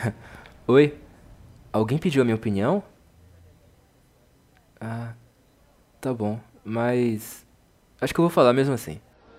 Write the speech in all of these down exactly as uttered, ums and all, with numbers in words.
Oi, alguém pediu a minha opinião? Ah, tá bom, mas acho que eu vou falar mesmo assim.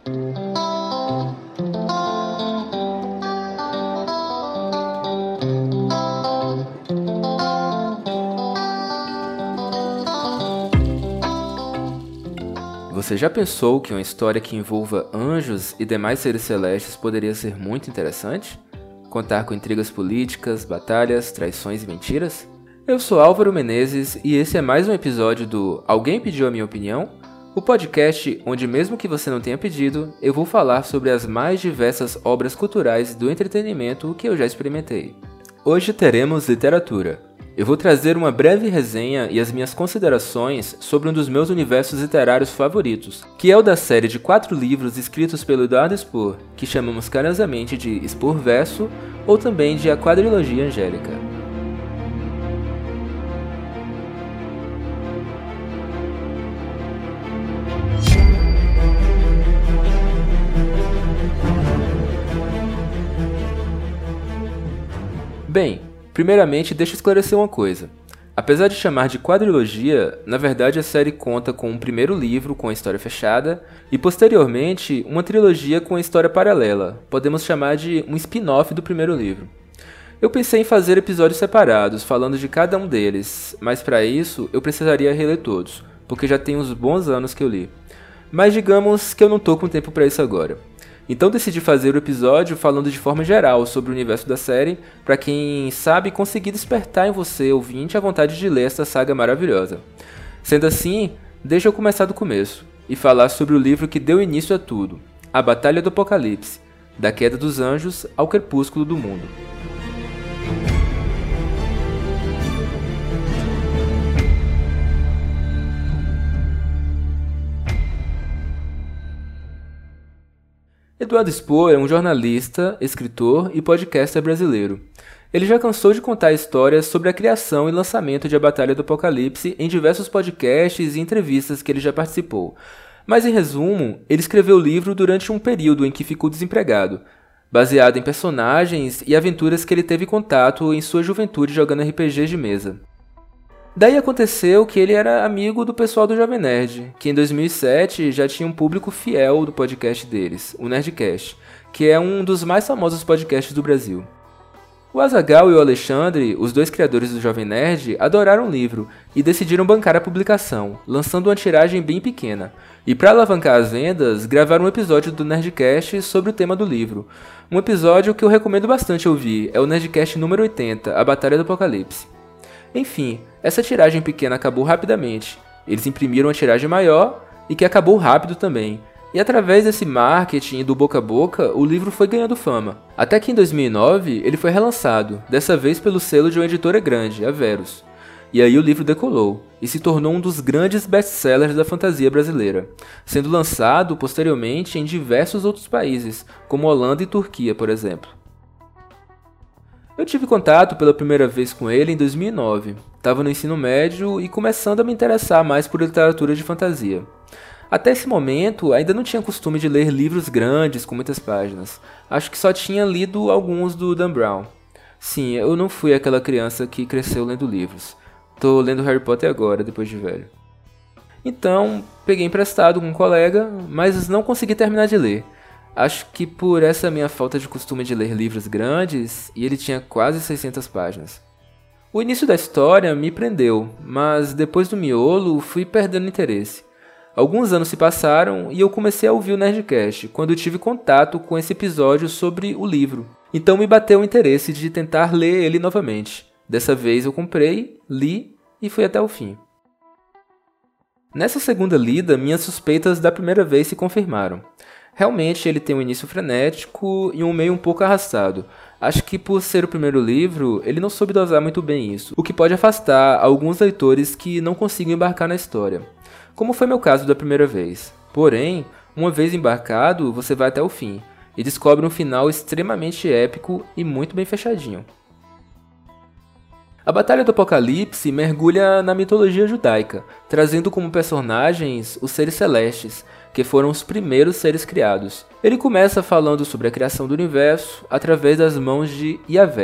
Você já pensou que uma história que envolva anjos e demais seres celestes poderia ser muito interessante? Contar com intrigas políticas, batalhas, traições e mentiras? Eu sou Álvaro Menezes e esse é mais um episódio do Alguém Pediu a Minha Opinião? O podcast onde, mesmo que você não tenha pedido, eu vou falar sobre as mais diversas obras culturais do entretenimento que eu já experimentei. Hoje teremos literatura. Eu vou trazer uma breve resenha e as minhas considerações sobre um dos meus universos literários favoritos, que é o da série de quatro livros escritos pelo Eduardo Spohr, que chamamos carinhosamente de Spohr Verso, ou também de A Quadrilogia Angélica. Bem, primeiramente deixa eu esclarecer uma coisa. Apesar de chamar de quadrilogia, na verdade a série conta com um primeiro livro com a história fechada e posteriormente uma trilogia com a história paralela, podemos chamar de um spin-off do primeiro livro. Eu pensei em fazer episódios separados, falando de cada um deles, mas para isso eu precisaria reler todos, porque já tem uns bons anos que eu li. Mas digamos que eu não tô com tempo para isso agora. Então decidi fazer o episódio falando de forma geral sobre o universo da série, para quem sabe conseguir despertar em você, ouvinte, a vontade de ler essa saga maravilhosa. Sendo assim, deixa eu começar do começo, e falar sobre o livro que deu início a tudo, A Batalha do Apocalipse, da queda dos anjos ao crepúsculo do mundo. Eduardo Spohr é um jornalista, escritor e podcaster brasileiro. Ele já cansou de contar histórias sobre a criação e lançamento de A Batalha do Apocalipse em diversos podcasts e entrevistas que ele já participou. Mas em resumo, ele escreveu o livro durante um período em que ficou desempregado, baseado em personagens e aventuras que ele teve contato em sua juventude jogando R P Gs de mesa. Daí aconteceu que ele era amigo do pessoal do Jovem Nerd, que em dois mil e sete já tinha um público fiel do podcast deles, o Nerdcast, que é um dos mais famosos podcasts do Brasil. O Azaghal e o Alexandre, os dois criadores do Jovem Nerd, adoraram o livro e decidiram bancar a publicação, lançando uma tiragem bem pequena. E para alavancar as vendas, gravaram um episódio do Nerdcast sobre o tema do livro. Um episódio que eu recomendo bastante ouvir, é o Nerdcast número oitenta, A Batalha do Apocalipse. Enfim, essa tiragem pequena acabou rapidamente. Eles imprimiram uma tiragem maior e que acabou rápido também. E através desse marketing do boca a boca, o livro foi ganhando fama. Até que em dois mil e nove ele foi relançado, dessa vez pelo selo de uma editora grande, a Verus. E aí o livro decolou e se tornou um dos grandes best-sellers da fantasia brasileira, sendo lançado posteriormente em diversos outros países, como Holanda e Turquia, por exemplo. Eu tive contato pela primeira vez com ele em dois mil e nove. Estava no ensino médio e começando a me interessar mais por literatura de fantasia. Até esse momento, ainda não tinha costume de ler livros grandes com muitas páginas. Acho que só tinha lido alguns do Dan Brown. Sim, eu não fui aquela criança que cresceu lendo livros. Tô lendo Harry Potter agora, depois de velho. Então, peguei emprestado com um colega, mas não consegui terminar de ler. Acho que por essa minha falta de costume de ler livros grandes, e ele tinha quase seiscentas páginas. O início da história me prendeu, mas depois do miolo fui perdendo interesse. Alguns anos se passaram e eu comecei a ouvir o Nerdcast, quando tive contato com esse episódio sobre o livro. Então me bateu o interesse de tentar ler ele novamente. Dessa vez eu comprei, li e fui até o fim. Nessa segunda lida, minhas suspeitas da primeira vez se confirmaram. Realmente ele tem um início frenético e um meio um pouco arrastado. Acho que por ser o primeiro livro, ele não soube dosar muito bem isso, o que pode afastar alguns leitores que não conseguem embarcar na história, como foi meu caso da primeira vez. Porém, uma vez embarcado, você vai até o fim, e descobre um final extremamente épico e muito bem fechadinho. A Batalha do Apocalipse mergulha na mitologia judaica, trazendo como personagens os seres celestes, que foram os primeiros seres criados. Ele começa falando sobre a criação do universo através das mãos de Yahvé,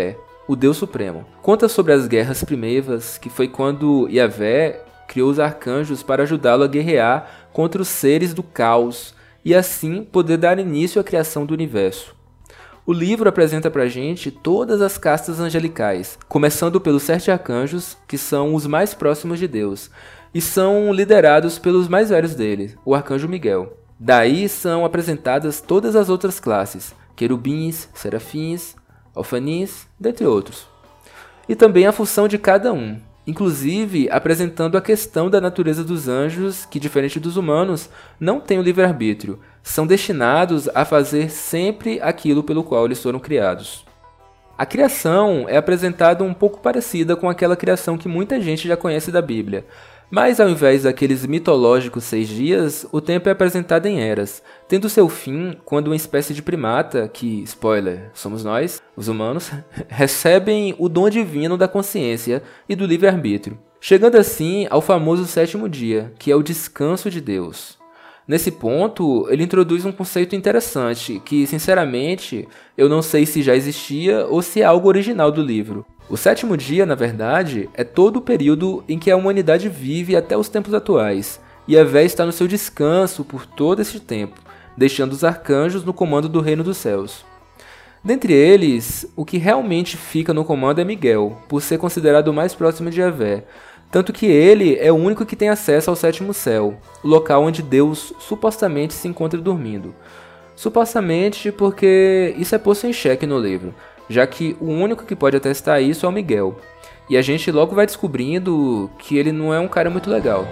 o Deus Supremo. Conta sobre as guerras primeiras, que foi quando Yahvé criou os arcanjos para ajudá-lo a guerrear contra os seres do caos e assim poder dar início à criação do universo. O livro apresenta pra gente todas as castas angelicais, começando pelos sete arcanjos, que são os mais próximos de Deus, e são liderados pelos mais velhos dele, o arcanjo Miguel. Daí são apresentadas todas as outras classes, querubins, serafins, alfanis, dentre outros. E também a função de cada um, inclusive apresentando a questão da natureza dos anjos, que diferente dos humanos, não têm o livre-arbítrio, são destinados a fazer sempre aquilo pelo qual eles foram criados. A criação é apresentada um pouco parecida com aquela criação que muita gente já conhece da Bíblia, mas ao invés daqueles mitológicos seis dias, o tempo é apresentado em eras, tendo seu fim quando uma espécie de primata, que, spoiler, somos nós, os humanos, recebem o dom divino da consciência e do livre-arbítrio, chegando assim ao famoso sétimo dia, que é o descanso de Deus. Nesse ponto, ele introduz um conceito interessante, que, sinceramente, eu não sei se já existia ou se é algo original do livro. O sétimo dia, na verdade, é todo o período em que a humanidade vive até os tempos atuais, e Yahvé está no seu descanso por todo esse tempo, deixando os arcanjos no comando do reino dos céus. Dentre eles, o que realmente fica no comando é Miguel, por ser considerado o mais próximo de Yahvé, tanto que ele é o único que tem acesso ao sétimo céu, o local onde Deus supostamente se encontra dormindo. Supostamente porque isso é posto em xeque no livro, já que o único que pode atestar isso é o Miguel. E a gente logo vai descobrindo que ele não é um cara muito legal.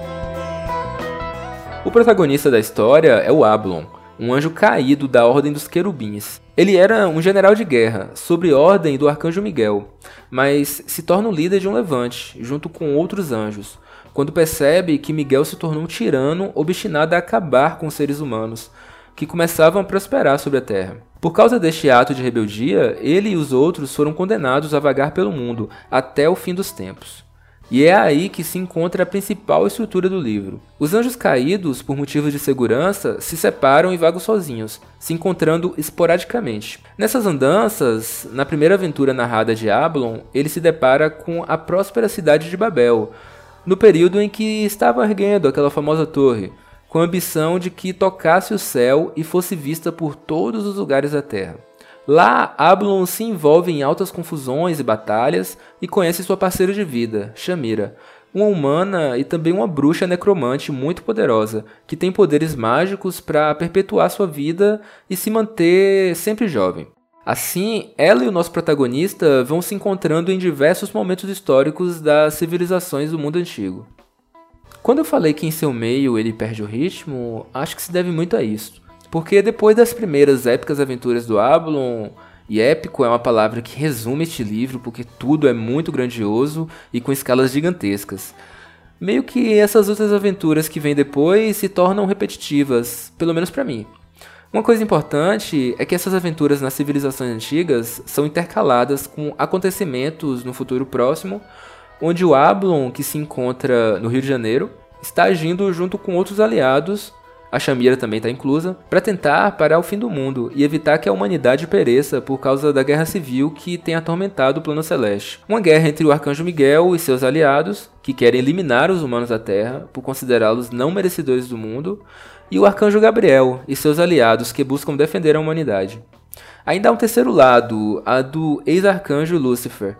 O protagonista da história é o Ablon, um anjo caído da Ordem dos Querubins. Ele era um general de guerra, sob ordem do arcanjo Miguel, mas se torna o líder de um levante, junto com outros anjos, quando percebe que Miguel se tornou um tirano obstinado a acabar com os seres humanos, que começavam a prosperar sobre a terra. Por causa deste ato de rebeldia, ele e os outros foram condenados a vagar pelo mundo até o fim dos tempos. E é aí que se encontra a principal estrutura do livro. Os anjos caídos, por motivos de segurança, se separam e vagam sozinhos, se encontrando esporadicamente. Nessas andanças, na primeira aventura narrada de Ablon, ele se depara com a próspera cidade de Babel, no período em que estava erguendo aquela famosa torre, com a ambição de que tocasse o céu e fosse vista por todos os lugares da terra. Lá, Ablon se envolve em altas confusões e batalhas e conhece sua parceira de vida, Shamira, uma humana e também uma bruxa necromante muito poderosa, que tem poderes mágicos para perpetuar sua vida e se manter sempre jovem. Assim, ela e o nosso protagonista vão se encontrando em diversos momentos históricos das civilizações do mundo antigo. Quando eu falei que em seu meio ele perde o ritmo, acho que se deve muito a isso. Porque depois das primeiras épicas aventuras do Ablon, e épico é uma palavra que resume este livro porque tudo é muito grandioso e com escalas gigantescas, meio que essas outras aventuras que vêm depois se tornam repetitivas, pelo menos pra mim. Uma coisa importante é que essas aventuras nas civilizações antigas são intercaladas com acontecimentos no futuro próximo, onde o Ablon, que se encontra no Rio de Janeiro, está agindo junto com outros aliados, a Shamira também está inclusa, para tentar parar o fim do mundo e evitar que a humanidade pereça por causa da guerra civil que tem atormentado o plano celeste. Uma guerra entre o arcanjo Miguel e seus aliados, que querem eliminar os humanos da Terra por considerá-los não merecedores do mundo, e o arcanjo Gabriel e seus aliados que buscam defender a humanidade. Ainda há um terceiro lado, a do ex-arcanjo Lúcifer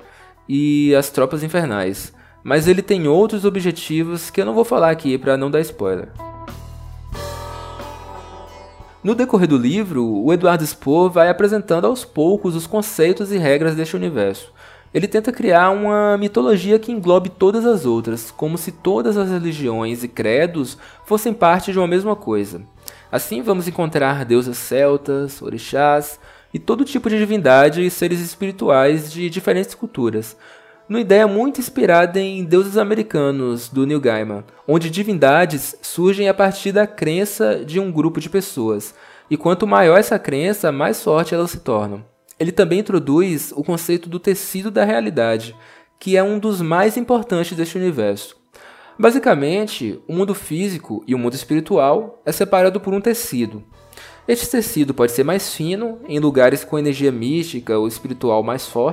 e as tropas infernais, mas ele tem outros objetivos que eu não vou falar aqui para não dar spoiler. No decorrer do livro, o Eduardo Spohr vai apresentando aos poucos os conceitos e regras deste universo. Ele tenta criar uma mitologia que englobe todas as outras, como se todas as religiões e credos fossem parte de uma mesma coisa. Assim vamos encontrar deuses celtas, orixás e todo tipo de divindade e seres espirituais de diferentes culturas, numa ideia muito inspirada em deuses americanos do Neil Gaiman, onde divindades surgem a partir da crença de um grupo de pessoas, e quanto maior essa crença, mais forte elas se tornam. Ele também introduz o conceito do tecido da realidade, que é um dos mais importantes deste universo. Basicamente, o mundo físico e o mundo espiritual é separado por um tecido. Este tecido pode ser mais fino, em lugares com energia mística ou espiritual mais forte,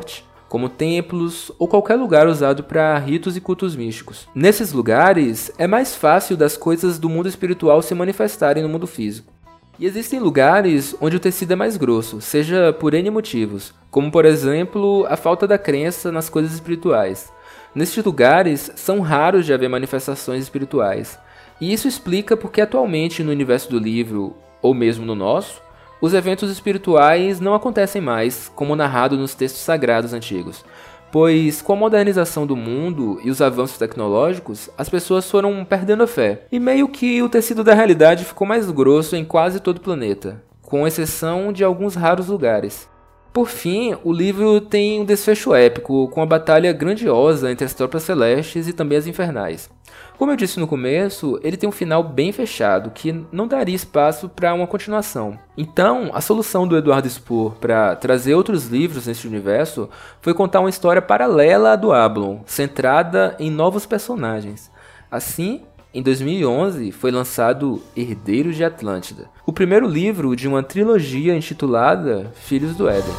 como templos ou qualquer lugar usado para ritos e cultos místicos. Nesses lugares, é mais fácil das coisas do mundo espiritual se manifestarem no mundo físico. E existem lugares onde o tecido é mais grosso, seja por N motivos, como por exemplo a falta da crença nas coisas espirituais. Nestes lugares, são raros de haver manifestações espirituais, e isso explica porque atualmente no universo do livro, ou mesmo no nosso, os eventos espirituais não acontecem mais, como narrado nos textos sagrados antigos, pois com a modernização do mundo e os avanços tecnológicos, as pessoas foram perdendo a fé, e meio que o tecido da realidade ficou mais grosso em quase todo o planeta, com exceção de alguns raros lugares. Por fim, o livro tem um desfecho épico, com a batalha grandiosa entre as tropas celestes e também as infernais. Como eu disse no começo, ele tem um final bem fechado, que não daria espaço para uma continuação. Então, a solução do Eduardo Spohr para trazer outros livros neste universo foi contar uma história paralela à do Ablon, centrada em novos personagens. Assim, em dois mil e onze, foi lançado Herdeiros de Atlântida, o primeiro livro de uma trilogia intitulada Filhos do Éden.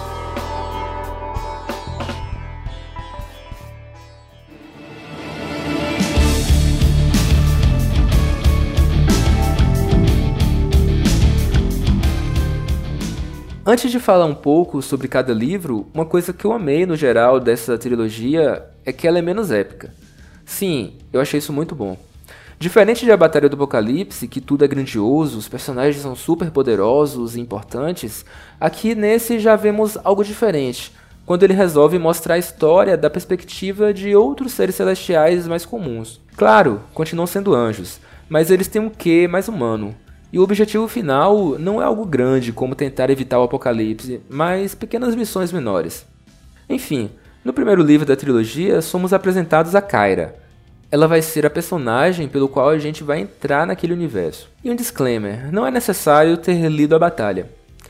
Antes de falar um pouco sobre cada livro, uma coisa que eu amei no geral dessa trilogia é que ela é menos épica. Sim, eu achei isso muito bom. Diferente de A Batalha do Apocalipse, que tudo é grandioso, os personagens são super poderosos e importantes, aqui nesse já vemos algo diferente, quando ele resolve mostrar a história da perspectiva de outros seres celestiais mais comuns. Claro, continuam sendo anjos, mas eles têm um quê mais humano. E o objetivo final não é algo grande como tentar evitar o apocalipse, mas pequenas missões menores. Enfim, no primeiro livro da trilogia somos apresentados a Kyra. Ela vai ser a personagem pelo qual a gente vai entrar naquele universo. E um disclaimer, não é necessário ter lido A Batalha.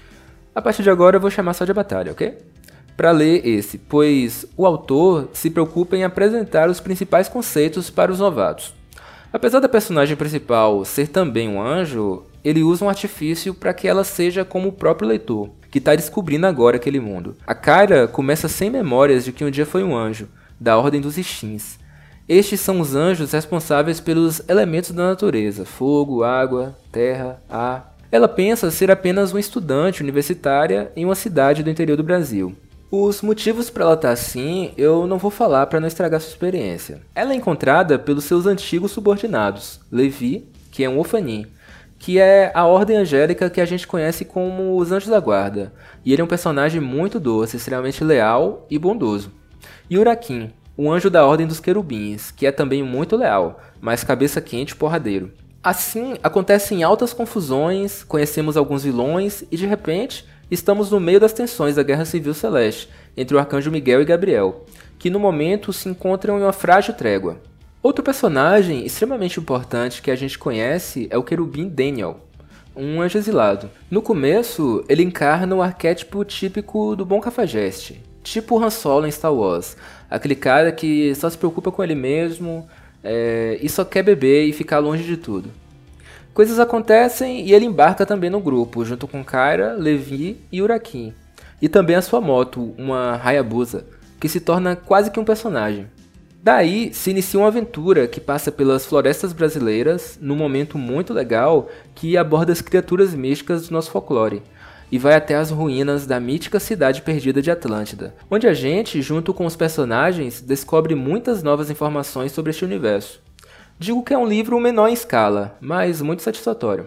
A partir de agora eu vou chamar só de A Batalha, ok? Para ler esse, pois o autor se preocupa em apresentar os principais conceitos para os novatos. Apesar da personagem principal ser também um anjo, ele usa um artifício para que ela seja como o próprio leitor, que está descobrindo agora aquele mundo. A Kyra começa sem memórias de que um dia foi um anjo, da Ordem dos Ixins. Estes são os anjos responsáveis pelos elementos da natureza, fogo, água, terra, ar. Ela pensa ser apenas uma estudante universitária em uma cidade do interior do Brasil. Os motivos para ela estar assim, eu não vou falar para não estragar sua experiência. Ela é encontrada pelos seus antigos subordinados, Levi, que é um Ofanim, que é a ordem angélica que a gente conhece como os Anjos da Guarda, e ele é um personagem muito doce, extremamente leal e bondoso. E Urakim, um anjo da Ordem dos Querubins, que é também muito leal, mas cabeça quente e porradeiro. Assim, acontecem altas confusões, conhecemos alguns vilões e de repente estamos no meio das tensões da Guerra Civil Celeste entre o Arcanjo Miguel e Gabriel, que no momento se encontram em uma frágil trégua. Outro personagem extremamente importante que a gente conhece é o querubim Daniel, um anjo exilado. No começo, ele encarna o arquétipo típico do bom cafajeste, tipo o Han Solo em Star Wars, aquele cara que só se preocupa com ele mesmo é, e só quer beber e ficar longe de tudo. Coisas acontecem e ele embarca também no grupo, junto com Kyra, Levi e Urakim. E também a sua moto, uma Hayabusa, que se torna quase que um personagem. Daí se inicia uma aventura que passa pelas florestas brasileiras, num momento muito legal que aborda as criaturas místicas do nosso folclore, e vai até as ruínas da mítica cidade perdida de Atlântida, onde a gente, junto com os personagens, descobre muitas novas informações sobre este universo. Digo que é um livro menor em escala, mas muito satisfatório.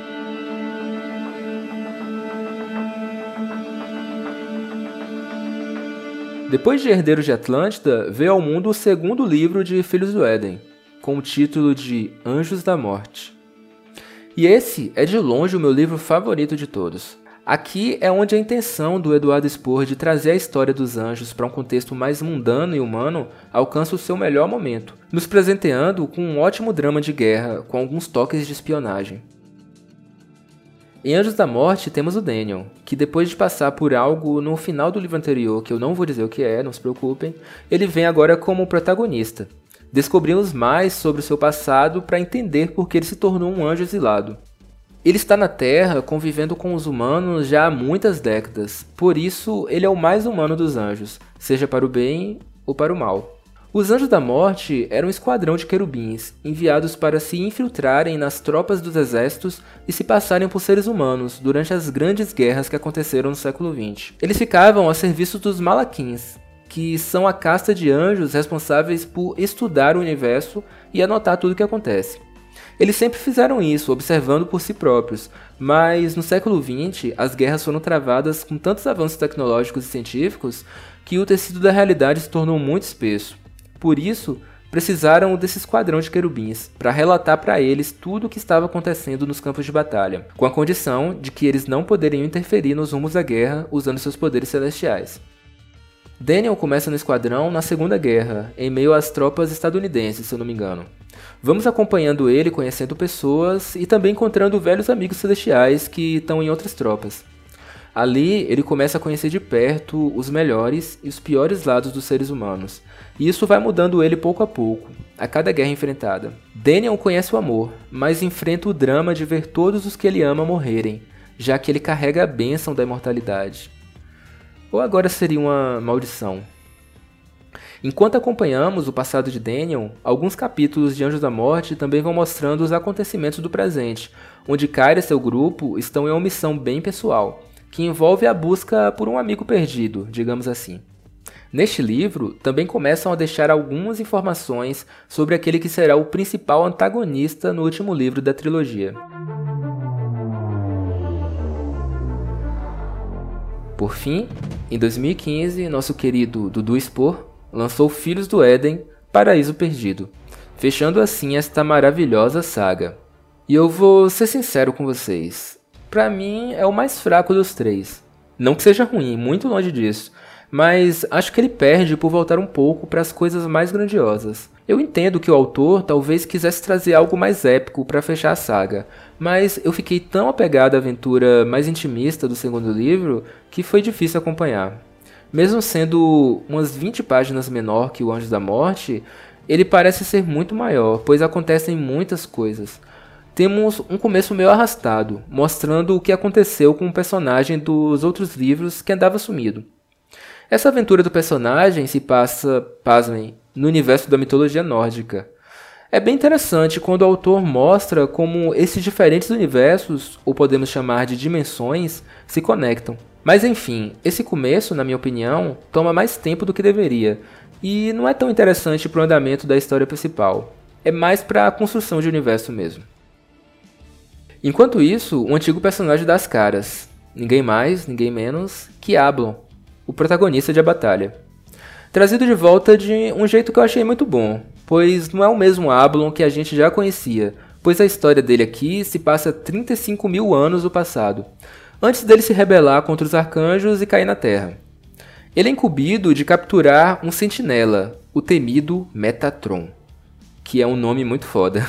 Depois de Herdeiros de Atlântida, veio ao mundo o segundo livro de Filhos do Éden, com o título de Anjos da Morte. E esse é de longe o meu livro favorito de todos. Aqui é onde a intenção do Eduardo Spohr de trazer a história dos anjos para um contexto mais mundano e humano alcança o seu melhor momento, nos presenteando com um ótimo drama de guerra com alguns toques de espionagem. Em Anjos da Morte temos o Daniel, que depois de passar por algo no final do livro anterior, que eu não vou dizer o que é, não se preocupem, ele vem agora como protagonista. Descobrimos mais sobre o seu passado para entender por que ele se tornou um anjo exilado. Ele está na Terra convivendo com os humanos já há muitas décadas, por isso ele é o mais humano dos anjos, seja para o bem ou para o mal. Os Anjos da Morte eram um esquadrão de querubins, enviados para se infiltrarem nas tropas dos exércitos e se passarem por seres humanos durante as grandes guerras que aconteceram no século vinte. Eles ficavam a serviço dos Malaquins, que são a casta de anjos responsáveis por estudar o universo e anotar tudo o que acontece. Eles sempre fizeram isso, observando por si próprios, mas no século vinte as guerras foram travadas com tantos avanços tecnológicos e científicos que o tecido da realidade se tornou muito espesso. Por isso, precisaram desse esquadrão de querubins, para relatar para eles tudo o que estava acontecendo nos campos de batalha, com a condição de que eles não poderiam interferir nos rumos da guerra usando seus poderes celestiais. Daniel começa no esquadrão na Segunda Guerra, em meio às tropas estadunidenses, se eu não me engano. Vamos acompanhando ele, conhecendo pessoas e também encontrando velhos amigos celestiais que estão em outras tropas. Ali, ele começa a conhecer de perto os melhores e os piores lados dos seres humanos, e isso vai mudando ele pouco a pouco, a cada guerra enfrentada. Daniel conhece o amor, mas enfrenta o drama de ver todos os que ele ama morrerem, já que ele carrega a bênção da imortalidade. Ou agora seria uma maldição? Enquanto acompanhamos o passado de Daniel, alguns capítulos de Anjos da Morte também vão mostrando os acontecimentos do presente, onde Kyra e seu grupo estão em uma missão bem pessoal, que envolve a busca por um amigo perdido, digamos assim. Neste livro, também começam a deixar algumas informações sobre aquele que será o principal antagonista no último livro da trilogia. Por fim, em dois mil e quinze, nosso querido Dudu Spor lançou Filhos do Éden, Paraíso Perdido, fechando assim esta maravilhosa saga. E eu vou ser sincero com vocês, pra mim é o mais fraco dos três. Não que seja ruim, muito longe disso, mas acho que ele perde por voltar um pouco para as coisas mais grandiosas. Eu entendo que o autor talvez quisesse trazer algo mais épico para fechar a saga, mas eu fiquei tão apegado à aventura mais intimista do segundo livro que foi difícil acompanhar. Mesmo sendo umas vinte páginas menor que o Anjos da Morte, ele parece ser muito maior, pois acontecem muitas coisas. Temos um começo meio arrastado, mostrando o que aconteceu com o personagem dos outros livros que andava sumido. Essa aventura do personagem se passa, pasmem, no universo da mitologia nórdica. É bem interessante quando o autor mostra como esses diferentes universos, ou podemos chamar de dimensões, se conectam. Mas enfim, esse começo, na minha opinião, toma mais tempo do que deveria, e não é tão interessante para o andamento da história principal. É mais para a construção de universo mesmo. Enquanto isso, o antigo personagem das caras, ninguém mais, ninguém menos que Ablon, o protagonista de A Batalha. Trazido de volta de um jeito que eu achei muito bom, pois não é o mesmo Ablon que a gente já conhecia, pois a história dele aqui se passa trinta e cinco mil anos no passado, antes dele se rebelar contra os arcanjos e cair na Terra. Ele é incumbido de capturar um sentinela, o temido Metatron, que é um nome muito foda.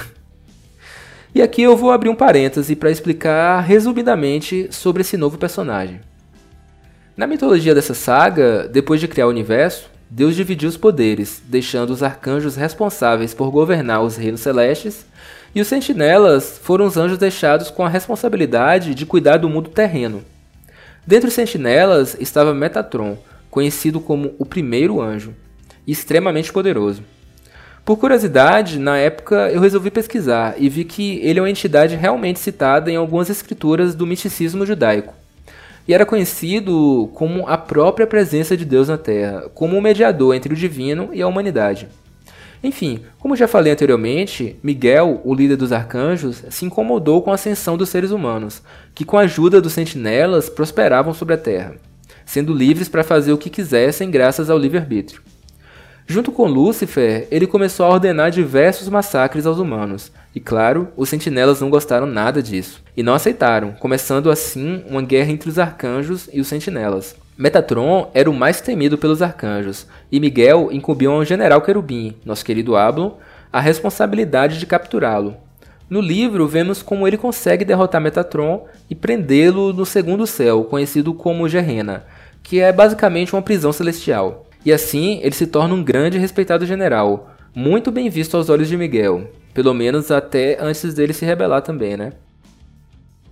E aqui eu vou abrir um parêntese para explicar resumidamente sobre esse novo personagem. Na mitologia dessa saga, depois de criar o universo, Deus dividiu os poderes, deixando os arcanjos responsáveis por governar os reinos celestes, e os sentinelas foram os anjos deixados com a responsabilidade de cuidar do mundo terreno. Dentre os sentinelas estava Metatron, conhecido como o primeiro anjo, e extremamente poderoso. Por curiosidade, na época eu resolvi pesquisar e vi que ele é uma entidade realmente citada em algumas escrituras do misticismo judaico. E era conhecido como a própria presença de Deus na Terra, como um mediador entre o divino e a humanidade. Enfim, como já falei anteriormente, Miguel, o líder dos arcanjos, se incomodou com a ascensão dos seres humanos, que com a ajuda dos sentinelas prosperavam sobre a Terra, sendo livres para fazer o que quisessem graças ao livre-arbítrio. Junto com Lúcifer, ele começou a ordenar diversos massacres aos humanos, e claro, os sentinelas não gostaram nada disso, e não aceitaram, começando assim uma guerra entre os arcanjos e os sentinelas. Metatron era o mais temido pelos arcanjos, e Miguel incumbiu ao general querubim, nosso querido Ablon, a responsabilidade de capturá-lo. No livro, vemos como ele consegue derrotar Metatron e prendê-lo no segundo céu, conhecido como Gehenna, que é basicamente uma prisão celestial. E assim, ele se torna um grande e respeitado general, muito bem visto aos olhos de Miguel, pelo menos até antes dele se rebelar também, né?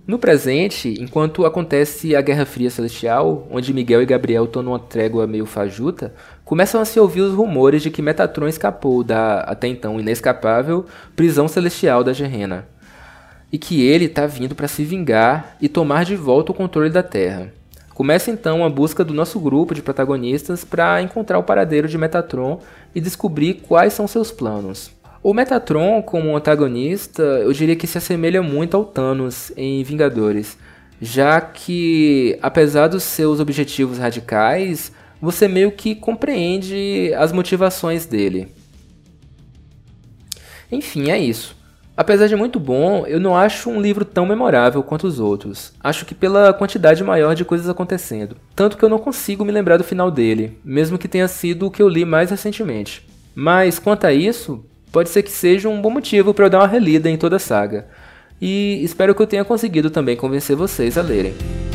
No presente, enquanto acontece a Guerra Fria Celestial, onde Miguel e Gabriel estão numa trégua meio fajuta, começam a se ouvir os rumores de que Metatron escapou da, até então inescapável, prisão celestial da Gehenna, e que ele está vindo para se vingar e tomar de volta o controle da Terra. Começa então a busca do nosso grupo de protagonistas para encontrar o paradeiro de Metatron e descobrir quais são seus planos. O Metatron, como antagonista, eu diria que se assemelha muito ao Thanos em Vingadores, já que, apesar dos seus objetivos radicais, você meio que compreende as motivações dele. Enfim, é isso. Apesar de muito bom, eu não acho um livro tão memorável quanto os outros. Acho que pela quantidade maior de coisas acontecendo. Tanto que eu não consigo me lembrar do final dele, mesmo que tenha sido o que eu li mais recentemente. Mas, quanto a isso, pode ser que seja um bom motivo para eu dar uma relida em toda a saga. E espero que eu tenha conseguido também convencer vocês a lerem.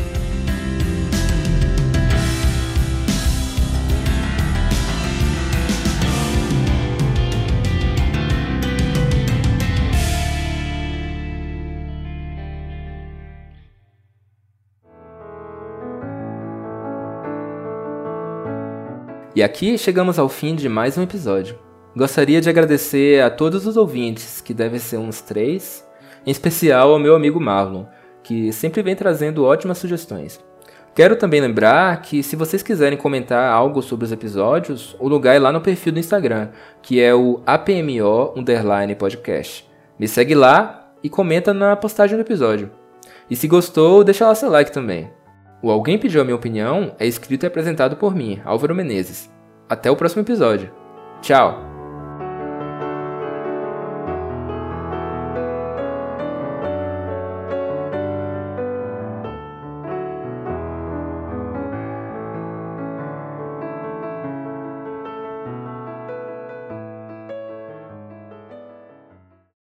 E aqui chegamos ao fim de mais um episódio. Gostaria de agradecer a todos os ouvintes, que devem ser uns três, em especial ao meu amigo Marlon, que sempre vem trazendo ótimas sugestões. Quero também lembrar que se vocês quiserem comentar algo sobre os episódios, o lugar é lá no perfil do Instagram, que é o A P M O underline podcast. Me segue lá e comenta na postagem do episódio. E se gostou, deixa lá seu like também. O Alguém Pediu a Minha Opinião é escrito e apresentado por mim, Álvaro Menezes. Até o próximo episódio. Tchau!